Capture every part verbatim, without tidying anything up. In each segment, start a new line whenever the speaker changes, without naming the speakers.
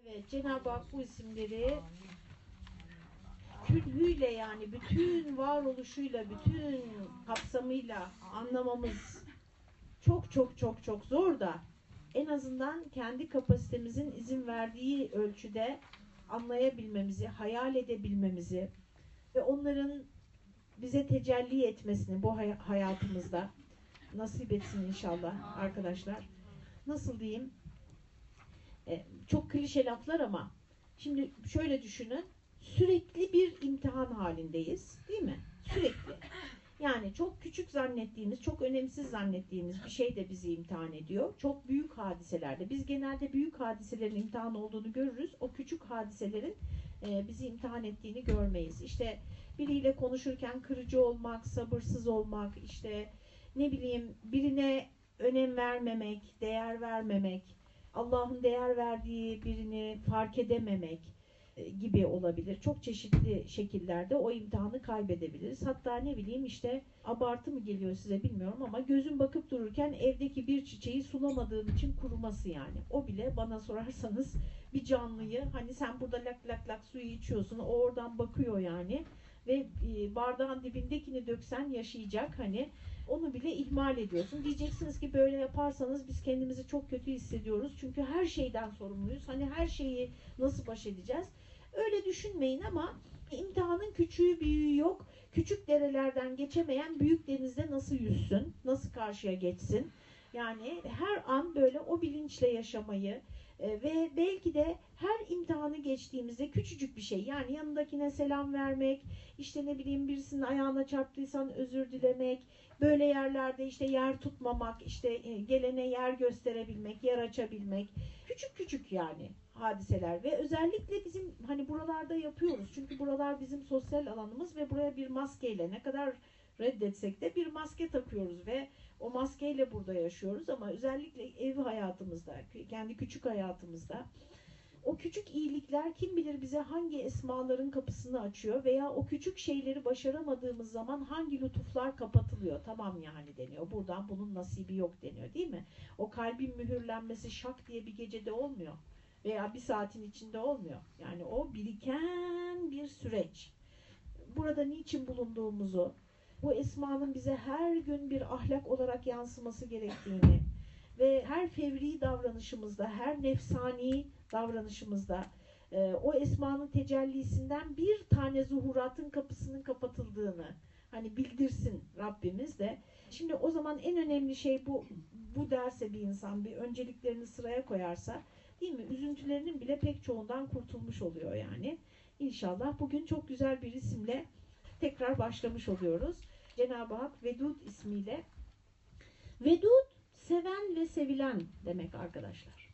Evet, Cenab-ı Hak bu isimleri külhüyle, yani bütün varoluşuyla, bütün kapsamıyla anlamamız çok çok çok çok zor da en azından kendi kapasitemizin izin verdiği ölçüde anlayabilmemizi, hayal edebilmemizi ve onların bize tecelli etmesini bu hay- hayatımızda nasip etsin inşallah arkadaşlar. Nasıl diyeyim? E, çok klişe laflar ama şimdi şöyle düşünün. Sürekli bir imtihan halindeyiz, değil mi? Sürekli. Yani çok küçük zannettiğimiz, çok önemsiz zannettiğimiz bir şey de bizi imtihan ediyor. Çok büyük hadiselerde. Biz genelde büyük hadiselerin imtihan olduğunu görürüz. O küçük hadiselerin e, bizi imtihan ettiğini görmeyiz. İşte biriyle konuşurken kırıcı olmak, sabırsız olmak, işte ne bileyim birine önem vermemek, değer vermemek, Allah'ın değer verdiği birini fark edememek gibi olabilir. Çok çeşitli şekillerde o imtihanı kaybedebiliriz. Hatta ne bileyim işte abartı mı geliyor size bilmiyorum ama gözün bakıp dururken evdeki bir çiçeği sulamadığın için kuruması yani. O bile bana sorarsanız bir canlıyı, hani sen burada lak lak lak suyu içiyorsun, o oradan bakıyor yani ve bardağın dibindekini döksen yaşayacak, hani onu bile ihmal ediyorsun. Diyeceksiniz ki böyle yaparsanız biz kendimizi çok kötü hissediyoruz. Çünkü her şeyden sorumluyuz. Hani her şeyi nasıl baş edeceğiz? Öyle düşünmeyin ama imtihanın küçüğü büyüğü yok. Küçük derelerden geçemeyen büyük denizde nasıl yüzsün? Nasıl karşıya geçsin? Yani her an böyle o bilinçle yaşamayı e, ve belki de her imtihanı geçtiğimizde küçücük bir şey. Yani yanındakine selam vermek, işte ne bileyim birisinin ayağına çarptıysan özür dilemek, böyle yerlerde işte yer tutmamak, işte gelene yer gösterebilmek, yer açabilmek. Küçük küçük yani hadiseler ve özellikle bizim hani buralarda yapıyoruz. Çünkü buralar bizim sosyal alanımız ve buraya bir maskeyle, ne kadar reddetsek de bir maske takıyoruz ve o maskeyle burada yaşıyoruz ama özellikle ev hayatımızda, kendi küçük hayatımızda o küçük iyilikler kim bilir bize hangi esmaların kapısını açıyor veya o küçük şeyleri başaramadığımız zaman hangi lütuflar kapatılıyor. Tamam yani deniyor. Buradan bunun nasibi yok deniyor, değil mi? O kalbin mühürlenmesi şak diye bir gecede olmuyor. Veya bir saatin içinde olmuyor. Yani o biriken bir süreç. Burada niçin bulunduğumuzu, bu esmanın bize her gün bir ahlak olarak yansıması gerektiğini ve her fevri davranışımızda, her nefsani davranışımızda e, o esmanın tecellisinden bir tane zuhuratın kapısının kapatıldığını hani bildirsin Rabbimiz de. Şimdi o zaman en önemli şey bu, bu derse bir insan bir önceliklerini sıraya koyarsa, değil mi? Üzüntülerinin bile pek çoğundan kurtulmuş oluyor yani. İnşallah bugün çok güzel bir isimle tekrar başlamış oluyoruz. Cenab-ı Hak Vedud ismiyle. Vedud, seven ve sevilen demek arkadaşlar.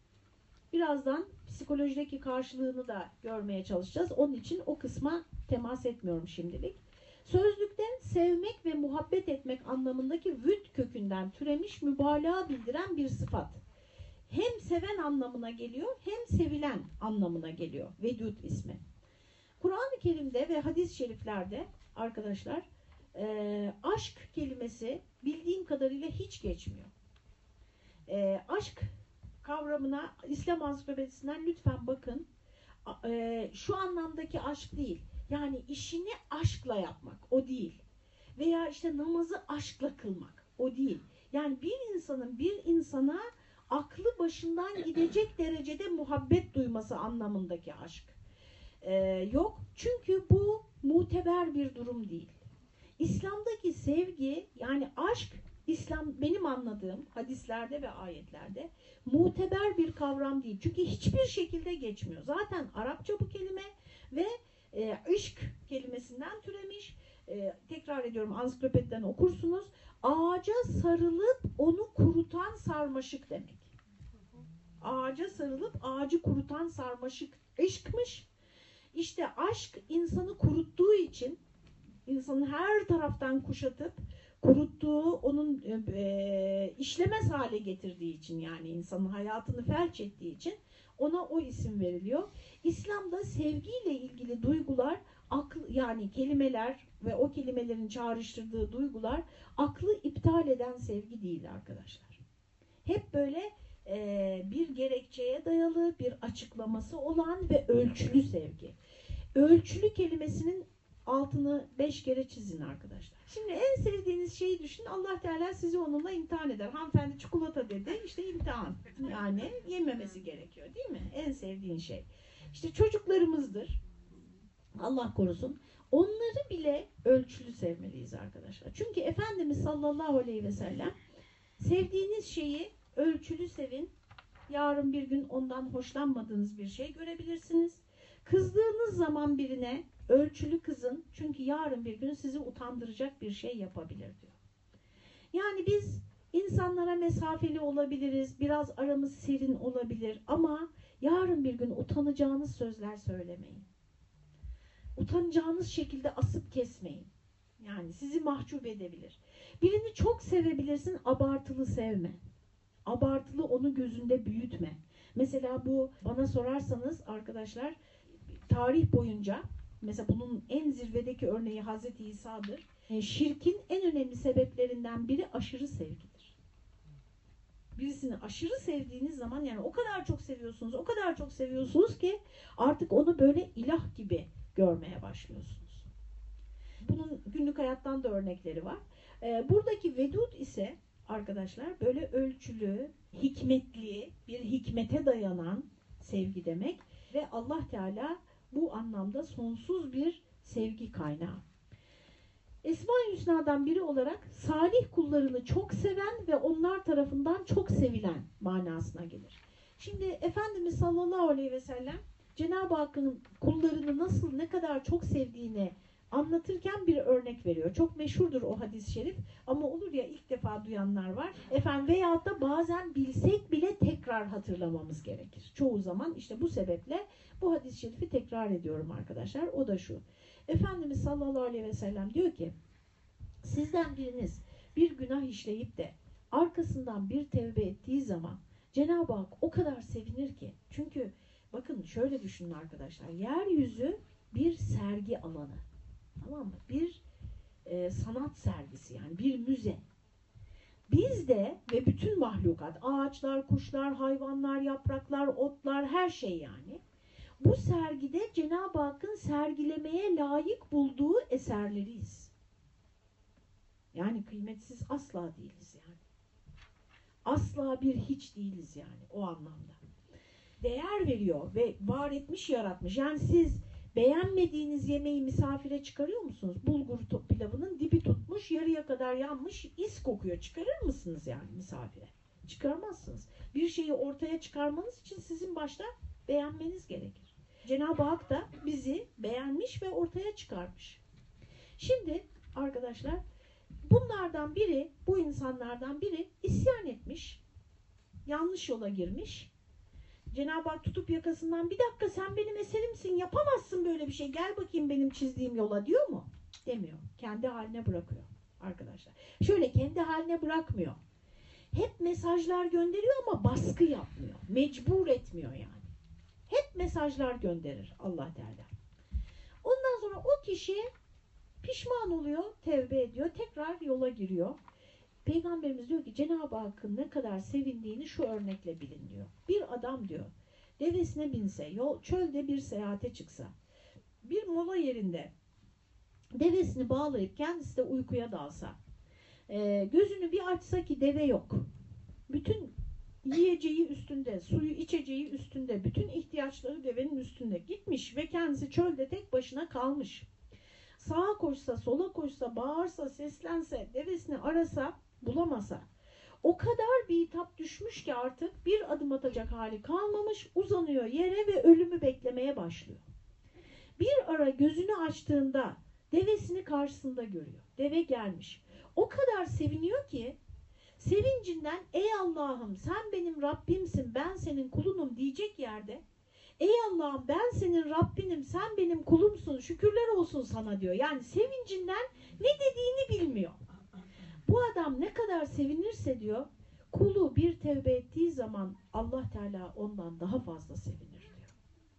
Birazdan psikolojideki karşılığını da görmeye çalışacağız. Onun için o kısma temas etmiyorum şimdilik. Sözlükte sevmek ve muhabbet etmek anlamındaki vüd kökünden türemiş, mübalağa bildiren bir sıfat. Hem seven anlamına geliyor hem sevilen anlamına geliyor Vedud ismi. Kur'an-ı Kerim'de ve hadis-i şeriflerde arkadaşlar e, aşk kelimesi bildiğim kadarıyla hiç geçmiyor. E, aşk kavramına İslam Ansiklopedisinden lütfen bakın. E, şu anlamdaki aşk değil. Yani işini aşkla yapmak, o değil. Veya işte namazı aşkla kılmak, o değil. Yani bir insanın bir insana aklı başından gidecek derecede muhabbet duyması anlamındaki aşk. Ee, yok. Çünkü bu muteber bir durum değil. İslam'daki sevgi, yani aşk, İslam benim anladığım hadislerde ve ayetlerde muteber bir kavram değil. Çünkü hiçbir şekilde geçmiyor. Zaten Arapça bu kelime ve e, ışk kelimesinden türemiş. E, tekrar ediyorum, ansiklopediden okursunuz. Ağaca sarılıp onu kurutan sarmaşık demek. Ağaca sarılıp ağacı kurutan sarmaşık ışkmış. İşte aşk insanı kuruttuğu için, insanın her taraftan kuşatıp kuruttuğu, onun e, işlemez hale getirdiği için, yani insanın hayatını felç ettiği için ona o isim veriliyor. İslam'da sevgiyle ilgili duygular, akl, yani kelimeler ve o kelimelerin çağrıştırdığı duygular aklı iptal eden sevgi değil arkadaşlar. Hep böyle e, bir gerekçeye dayalı, bir açıklaması olan ve ölçülü sevgi. Ölçülü kelimesinin altını beş kere çizin arkadaşlar. Şimdi en sevdiğiniz şeyi düşünün. Allah Teala sizi onunla imtihan eder. Hanımefendi çikolata dedi. İşte imtihan. Yani yememesi gerekiyor değil mi? En sevdiğin şey. İşte çocuklarımızdır. Allah korusun. Onları bile ölçülü sevmeliyiz arkadaşlar. Çünkü Efendimiz sallallahu aleyhi ve sellem sevdiğiniz şeyi ölçülü sevin. Yarın bir gün ondan hoşlanmadığınız bir şey görebilirsiniz. Kızdığınız zaman birine ölçülü kızın. Çünkü yarın bir gün sizi utandıracak bir şey yapabilir diyor. Yani biz insanlara mesafeli olabiliriz. Biraz aramız serin olabilir. Ama yarın bir gün utanacağınız sözler söylemeyin. Utanacağınız şekilde asıp kesmeyin. Yani sizi mahcup edebilir. Birini çok sevebilirsin, abartılı sevme. Abartılı onu gözünde büyütme. Mesela bu bana sorarsanız arkadaşlar tarih boyunca mesela bunun en zirvedeki örneği Hazreti İsa'dır. Şirkin en önemli sebeplerinden biri aşırı sevgidir. Birisini aşırı sevdiğiniz zaman yani o kadar çok seviyorsunuz, o kadar çok seviyorsunuz ki artık onu böyle ilah gibi görmeye başlıyorsunuz. Bunun günlük hayattan da örnekleri var. Buradaki vedud ise arkadaşlar böyle ölçülü, hikmetli, bir hikmete dayanan sevgi demek ve Allah Teala bu anlamda sonsuz bir sevgi kaynağı. Esma-i Hüsna'dan biri olarak salih kullarını çok seven ve onlar tarafından çok sevilen manasına gelir. Şimdi Efendimiz sallallahu aleyhi ve sellem Cenab-ı Hakk'ın kullarını nasıl ne kadar çok sevdiğini anlatırken bir örnek veriyor. Çok meşhurdur o hadis-i şerif ama olur ya ilk defa duyanlar var. Efendim veyahut da bazen bilsek bile tekrar hatırlamamız gerekir. Çoğu zaman işte bu sebeple bu hadis-i şerifi tekrar ediyorum arkadaşlar. O da şu. Efendimiz sallallahu aleyhi ve sellem diyor ki sizden biriniz bir günah işleyip de arkasından bir tevbe ettiği zaman Cenab-ı Hak o kadar sevinir ki. Çünkü bakın şöyle düşünün arkadaşlar. Yeryüzü bir sergi alanı. Tamam mı? Bir e, sanat sergisi yani bir müze. Biz de ve bütün mahlukat, ağaçlar, kuşlar, hayvanlar, yapraklar, otlar her şey yani. Bu sergide Cenab-ı Hakk'ın sergilemeye layık bulduğu eserleriyiz. Yani kıymetsiz asla değiliz yani. Asla bir hiç değiliz yani o anlamda. Değer veriyor ve var etmiş, yaratmış. Yani siz beğenmediğiniz yemeği misafire çıkarıyor musunuz? Bulgur pilavının dibi tutmuş, yarıya kadar yanmış, is kokuyor. Çıkarır mısınız yani misafire? Çıkarmazsınız. Bir şeyi ortaya çıkarmanız için sizin başta beğenmeniz gerekir. Cenab-ı Hak da bizi beğenmiş ve ortaya çıkarmış. Şimdi arkadaşlar bunlardan biri, bu insanlardan biri isyan etmiş, yanlış yola girmiş. Cenab-ı Hak tutup yakasından bir dakika sen benim eserimsin, yapamazsın böyle bir şey, gel bakayım benim çizdiğim yola diyor mu? Demiyor. Kendi haline bırakıyor arkadaşlar. Şöyle kendi haline bırakmıyor. Hep mesajlar gönderiyor ama baskı yapmıyor. Mecbur etmiyor yani. Hep mesajlar gönderir Allah Teala. Ondan sonra o kişi pişman oluyor, tevbe ediyor, tekrar yola giriyor. Peygamberimiz diyor ki Cenab-ı Hakk'ın ne kadar sevindiğini şu örnekle bilin diyor. Bir adam diyor devesine binse, yol, çölde bir seyahate çıksa, bir mola yerinde devesini bağlayıp kendisi de uykuya dalsa, e, gözünü bir açsa ki deve yok. Bütün yiyeceği üstünde, suyu içeceği üstünde, bütün ihtiyaçları devenin üstünde gitmiş ve kendisi çölde tek başına kalmış. Sağa koşsa, sola koşsa, bağırsa, seslense, devesini arasa, bulamasa. O kadar bir hitap düşmüş ki artık bir adım atacak hali kalmamış, uzanıyor yere ve ölümü beklemeye başlıyor. Bir ara gözünü açtığında devesini karşısında görüyor. Deve gelmiş. O kadar seviniyor ki sevincinden ey Allah'ım sen benim Rabbimsin, ben senin kulunum diyecek yerde ey Allah'ım ben senin Rabbinim, sen benim kulumsun, şükürler olsun sana diyor. Yani sevincinden ne dediğini bilmiyor. Bu adam ne kadar sevinirse diyor, kulu bir tevbe ettiği zaman Allah Teala ondan daha fazla sevinir diyor.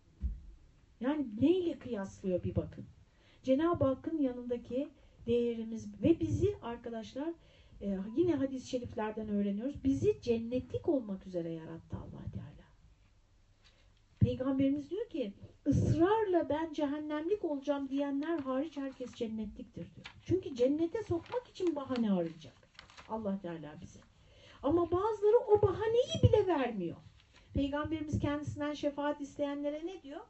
Yani neyle kıyaslıyor bir bakın. Cenab-ı Hakk'ın yanındaki değerimiz ve bizi arkadaşlar Ee, yine hadis-i şeriflerden öğreniyoruz. Bizi cennetlik olmak üzere yarattı Allah Teala. Peygamberimiz diyor ki ısrarla ben cehennemlik olacağım diyenler hariç herkes cennetliktir diyor. Çünkü cennete sokmak için bahane arayacak Allah Teala bize. Ama bazıları o bahaneyi bile vermiyor. Peygamberimiz kendisinden şefaat isteyenlere ne diyor?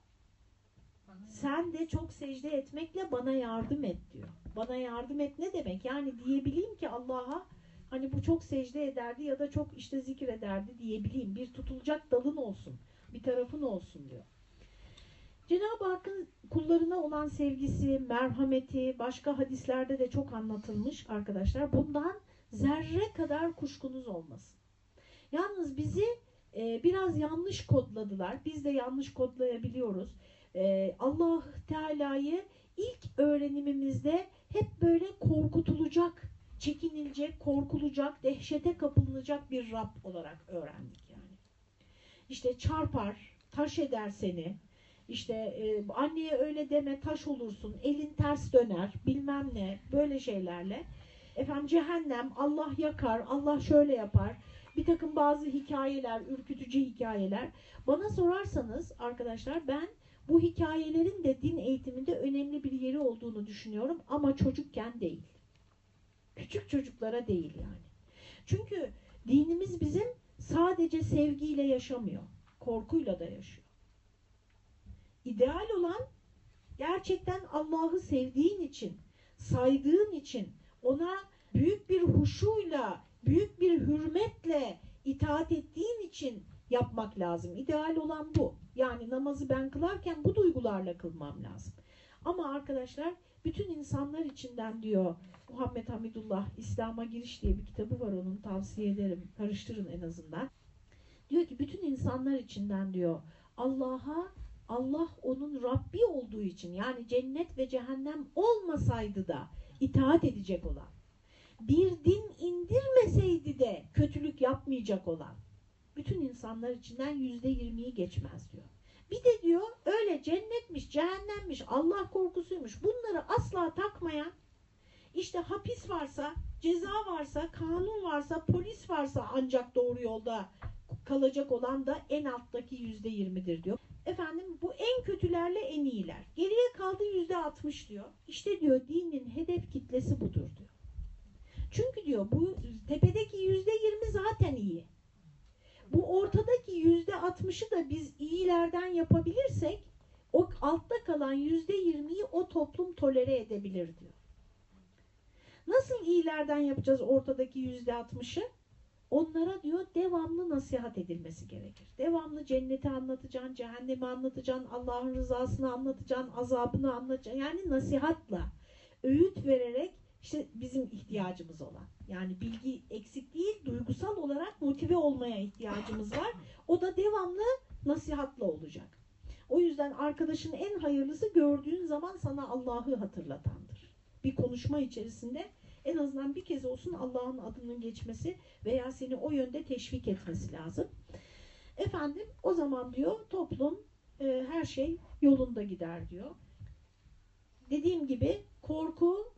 Sen de çok secde etmekle bana yardım et diyor. Bana yardım et ne demek? Yani diyebileyim ki Allah'a hani bu çok secde ederdi ya da çok işte zikir ederdi diyebileyim. Bir tutulacak dalın olsun. Bir tarafın olsun diyor. Cenab-ı Hakk'ın kullarına olan sevgisi, merhameti başka hadislerde de çok anlatılmış arkadaşlar. Bundan zerre kadar kuşkunuz olmasın. Yalnız bizi e, biraz yanlış kodladılar. Biz de yanlış kodlayabiliyoruz. E, Allah Teala'yı ilk öğrenimimizde hep böyle korkutulacak, çekinilecek, korkulacak, dehşete kapılınacak bir Rab olarak öğrendik yani. İşte çarpar, taş eder seni. İşte e, anneye öyle deme, taş olursun, elin ters döner, bilmem ne, böyle şeylerle. Efendim cehennem, Allah yakar, Allah şöyle yapar. Bir takım bazı hikayeler, ürkütücü hikayeler. Bana sorarsanız arkadaşlar ben bu hikayelerin de din eğitiminde önemli bir yeri olduğunu düşünüyorum ama çocukken değil. Küçük çocuklara değil yani. Çünkü dinimiz bizim sadece sevgiyle yaşamıyor, korkuyla da yaşıyor. İdeal olan gerçekten Allah'ı sevdiğin için, saydığın için, ona büyük bir huşuyla, büyük bir hürmetle itaat ettiğin için yapmak lazım. İdeal olan bu. Yani namazı ben kılarken bu duygularla kılmam lazım. Ama arkadaşlar bütün insanlar içinden diyor Muhammed Hamidullah, İslam'a Giriş diye bir kitabı var, onun tavsiye ederim. Karıştırın en azından. Diyor ki bütün insanlar içinden diyor Allah'a, Allah onun Rabbi olduğu için yani cennet ve cehennem olmasaydı da itaat edecek olan, bir din indirmeseydi de kötülük yapmayacak olan bütün insanlar içinden yüzde yirmiyi geçmez diyor. Bir de diyor öyle cennetmiş, cehennemmiş, Allah korkusuymuş bunları asla takmayan, işte hapis varsa, ceza varsa, kanun varsa, polis varsa ancak doğru yolda kalacak olan da en alttaki yüzde yirmidir diyor. Efendim bu en kötülerle en iyiler. Geriye kaldı yüzde altmış diyor. İşte diyor dinin hedef kitlesi budur diyor. Çünkü diyor bu tepedeki yüzde yirmi zaten iyi. Bu ortadaki yüzde altmışı da biz iyilerden yapabilirsek o altta kalan yüzde yirmiyi o toplum tolere edebilir diyor. Nasıl iyilerden yapacağız ortadaki yüzde altmışı? Onlara diyor devamlı nasihat edilmesi gerekir. Devamlı cenneti anlatacaksın, cehennemi anlatacaksın, Allah'ın rızasını anlatacaksın, azabını anlatacaksın. Yani nasihatla, öğüt vererek işte bizim ihtiyacımız olan. Yani bilgi eksik değil, duygusal olarak motive olmaya ihtiyacımız var. O da devamlı nasihatla olacak. O yüzden arkadaşın en hayırlısı gördüğün zaman sana Allah'ı hatırlatandır. Bir konuşma içerisinde en azından bir kez olsun Allah'ın adının geçmesi veya seni o yönde teşvik etmesi lazım. Efendim o zaman diyor toplum e, her şey yolunda gider diyor. Dediğim gibi korku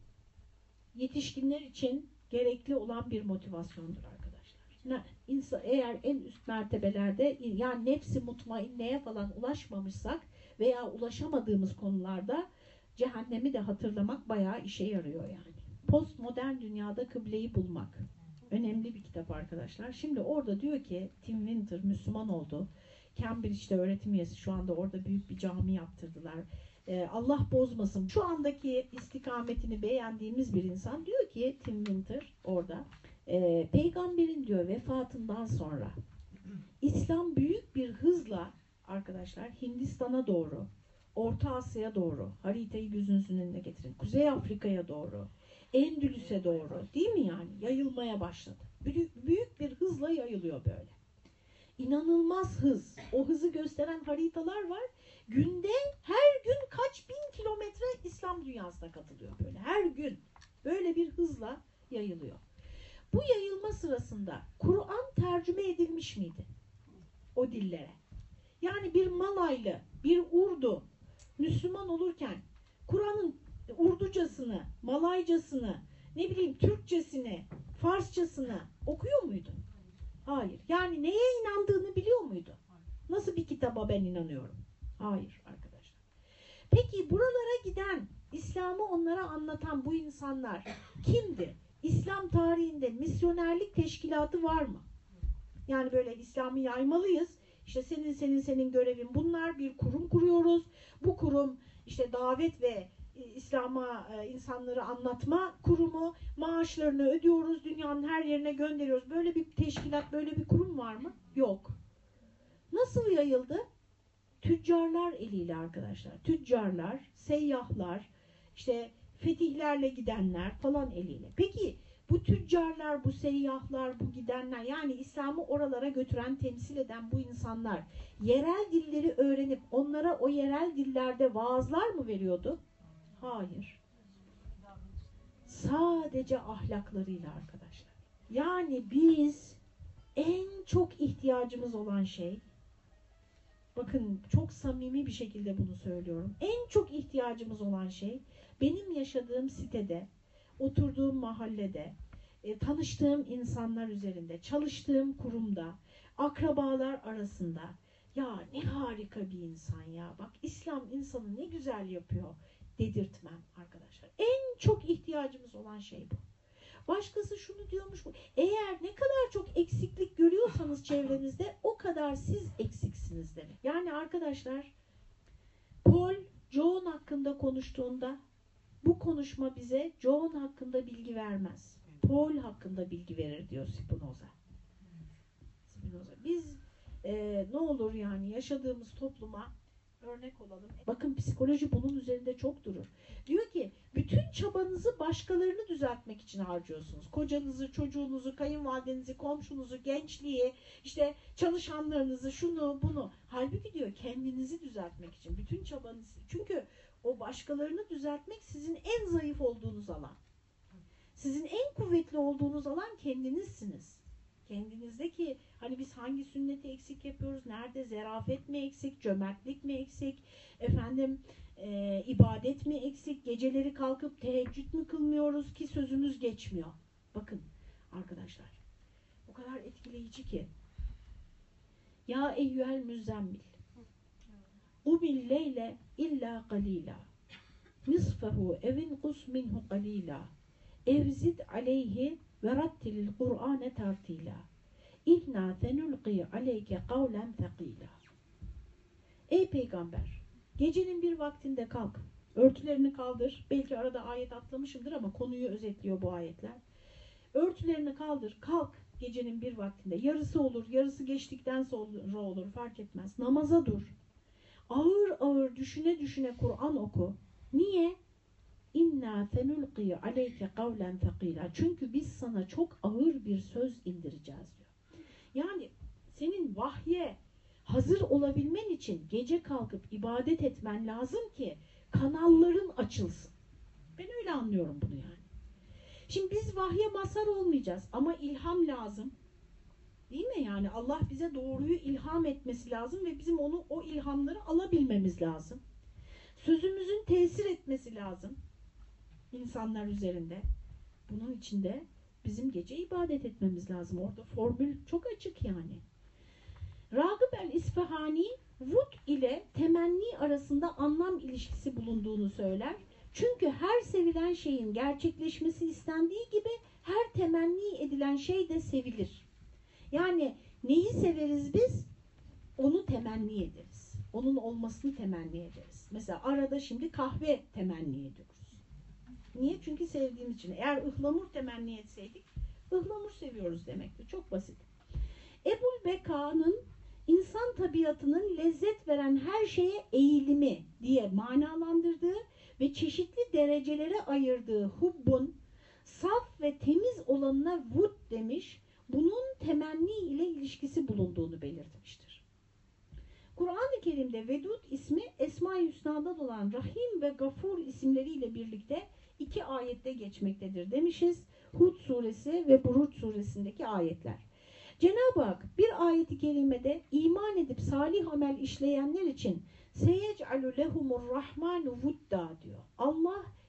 yetişkinler için gerekli olan bir motivasyondur arkadaşlar. İnsan, eğer en üst mertebelerde yani nefsi mutmainneye falan ulaşmamışsak veya ulaşamadığımız konularda cehennemi de hatırlamak bayağı işe yarıyor yani. Postmodern dünyada kıbleyi bulmak. Önemli bir kitap arkadaşlar. Şimdi orada diyor ki Tim Winter Müslüman oldu. Cambridge'de öğretim üyesi, şu anda orada büyük bir cami yaptırdılar. Ee, Allah bozmasın. Şu andaki istikametini beğendiğimiz bir insan diyor ki Tim Winter orada e, peygamberin diyor vefatından sonra İslam büyük bir hızla arkadaşlar Hindistan'a doğru, Orta Asya'ya doğru, haritayı gözünüzün önüne getirin. Kuzey Afrika'ya doğru, Endülüs'e doğru, değil mi yani? Yayılmaya başladı. Büyük, büyük bir hızla yayılıyor böyle. İnanılmaz hız. O hızı gösteren haritalar var. Günde her gün kaç bin kilometre İslam dünyasına katılıyor böyle. Her gün böyle bir hızla yayılıyor. Bu yayılma sırasında Kur'an tercüme edilmiş miydi? O dillere. Yani bir Malaylı, bir Urdu Müslüman olurken Kur'an'ın Urducasını, Malaycasını, ne bileyim Türkçesini Farsçasını okuyor muydu? Hayır. Yani neye inandığını biliyor muydu? Nasıl bir kitaba ben inanıyorum? Hayır arkadaşlar. Peki buralara giden, İslam'ı onlara anlatan bu insanlar kimdi? İslam tarihinde misyonerlik teşkilatı var mı? Yani böyle İslam'ı yaymalıyız. İşte senin senin senin görevin bunlar, bir kurum kuruyoruz. Bu kurum işte davet ve İslam'a insanları anlatma kurumu, maaşlarını ödüyoruz, dünyanın her yerine gönderiyoruz. Böyle bir teşkilat, böyle bir kurum var mı? Yok. Nasıl yayıldı? Tüccarlar eliyle arkadaşlar. Tüccarlar, seyyahlar, işte fetihlerle gidenler falan eliyle. Peki bu tüccarlar, bu seyyahlar, bu gidenler, yani İslam'ı oralara götüren, temsil eden bu insanlar yerel dilleri öğrenip onlara o yerel dillerde vaazlar mı veriyordu? Hayır. Sadece ahlaklarıyla arkadaşlar. Yani biz en çok ihtiyacımız olan şey, bakın çok samimi bir şekilde bunu söylüyorum. En çok ihtiyacımız olan şey benim yaşadığım sitede, oturduğum mahallede, e, tanıştığım insanlar üzerinde, çalıştığım kurumda, akrabalar arasında, ya ne harika bir insan ya, bak İslam insanı ne güzel yapıyor dedirtmem arkadaşlar. En çok ihtiyacımız olan şey bu. Başkası şunu diyormuş bu. Eğer ne kadar çok eksiklik görüyorsanız çevrenizde o kadar siz eksiksiniz demek. Yani arkadaşlar Paul John hakkında konuştuğunda bu konuşma bize John hakkında bilgi vermez. Paul hakkında bilgi verir diyor Spinoza. Spinoza. Biz e, ne olur yani yaşadığımız topluma örnek olalım. Bakın psikoloji bunun üzerinde çok durur. Diyor ki bütün çabanızı başkalarını düzeltmek için harcıyorsunuz. Kocanızı, çocuğunuzu, kayınvalidenizi, komşunuzu, gençliği, işte çalışanlarınızı, şunu, bunu. Halbuki diyor kendinizi düzeltmek için. Bütün çabanızı. Çünkü o başkalarını düzeltmek sizin en zayıf olduğunuz alan. Sizin en kuvvetli olduğunuz alan kendinizsiniz. Kendinizdeki hani biz hangi sünneti eksik yapıyoruz? Nerede zerafet mi eksik? Cömertlik mi eksik? Efendim e, ibadet mi eksik? Geceleri kalkıp teheccüd mü kılmıyoruz ki sözümüz geçmiyor? Bakın arkadaşlar o kadar etkileyici ki. Ya eyyühel müzzemmil umil leyle illa qalila nisfehu evin kus minhu qalila evzid aleyhi ve rattilil Kur'ane tartila İnna fenulqi aleyke kavlen thaqila. Ey peygamber, gecenin bir vaktinde kalk, örtülerini kaldır. Belki arada ayet atlamışımdır ama konuyu özetliyor bu ayetler. Örtülerini kaldır, kalk gecenin bir vaktinde. Yarısı olur, yarısı geçtikten sonra olur, fark etmez. Namaza dur. Ağır ağır düşüne düşüne Kur'an oku. Niye? İnna fenulqi aleyke kavlen thaqila. Çünkü biz sana çok ağır bir söz indireceğiz diyor. Yani senin vahye hazır olabilmen için gece kalkıp ibadet etmen lazım ki kanalların açılsın. Ben öyle anlıyorum bunu yani. Şimdi biz vahye mazhar olmayacağız ama ilham lazım. Değil mi yani? Allah bize doğruyu ilham etmesi lazım ve bizim onu o ilhamları alabilmemiz lazım. Sözümüzün tesir etmesi lazım insanlar üzerinde. Bunun için de bizim gece ibadet etmemiz lazım. Orada formül çok açık yani. Ragıb el-İsfahani vud ile temenni arasında anlam ilişkisi bulunduğunu söyler. Çünkü her sevilen şeyin gerçekleşmesi istendiği gibi her temenni edilen şey de sevilir. Yani neyi severiz biz? Onu temenni ederiz. Onun olmasını temenni ederiz. Mesela arada şimdi kahve temenni ediyoruz. Niye? Çünkü sevdiğimiz için. Eğer ıhlamur temenni etseydik, ıhlamur seviyoruz demektir. Çok basit. Ebul Beka'nın insan tabiatının lezzet veren her şeye eğilimi diye manalandırdığı ve çeşitli derecelere ayırdığı hubbun saf ve temiz olanına vud demiş, bunun temenni ile ilişkisi bulunduğunu belirtmiştir. Kur'an-ı Kerim'de Vedud ismi Esma-i Hüsna'dan olan Rahim ve Gafur isimleriyle birlikte iki ayette geçmektedir demişiz. Hud suresi ve Buruç suresindeki ayetler. Cenab-ı Hak bir ayeti kerimede iman edip salih amel işleyenler için seyec'alu lehumur rahmanu vudda diyor. Allah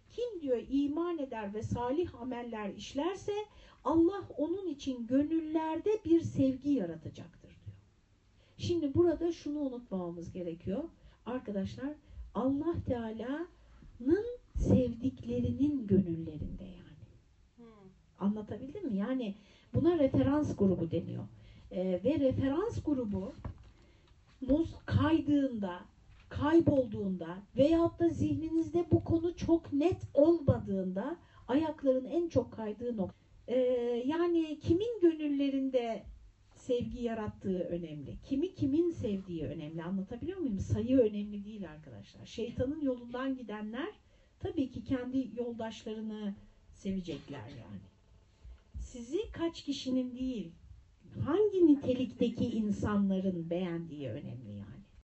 Kim diyor iman eder ve salih ameller işlerse Allah onun için gönüllerde bir sevgi yaratacaktır diyor. Şimdi burada şunu unutmamamız gerekiyor. Arkadaşlar Allah Teala'nın sevdiklerinin gönüllerinde yani. Hmm. Anlatabildim mi? Yani buna referans grubu deniyor. Ee, ve referans grubu muz kaydığında, kaybolduğunda veyahut da zihninizde bu konu çok net olmadığında ayakların en çok kaydığı nokta. Ee, yani kimin gönüllerinde sevgi yarattığı önemli. Kimi kimin sevdiği önemli. Anlatabiliyor muyum? Sayı önemli değil arkadaşlar. Şeytanın yolundan gidenler tabii ki kendi yoldaşlarını sevecekler yani. Sizi kaç kişinin değil, hangi nitelikteki insanların beğendiği önemli yani.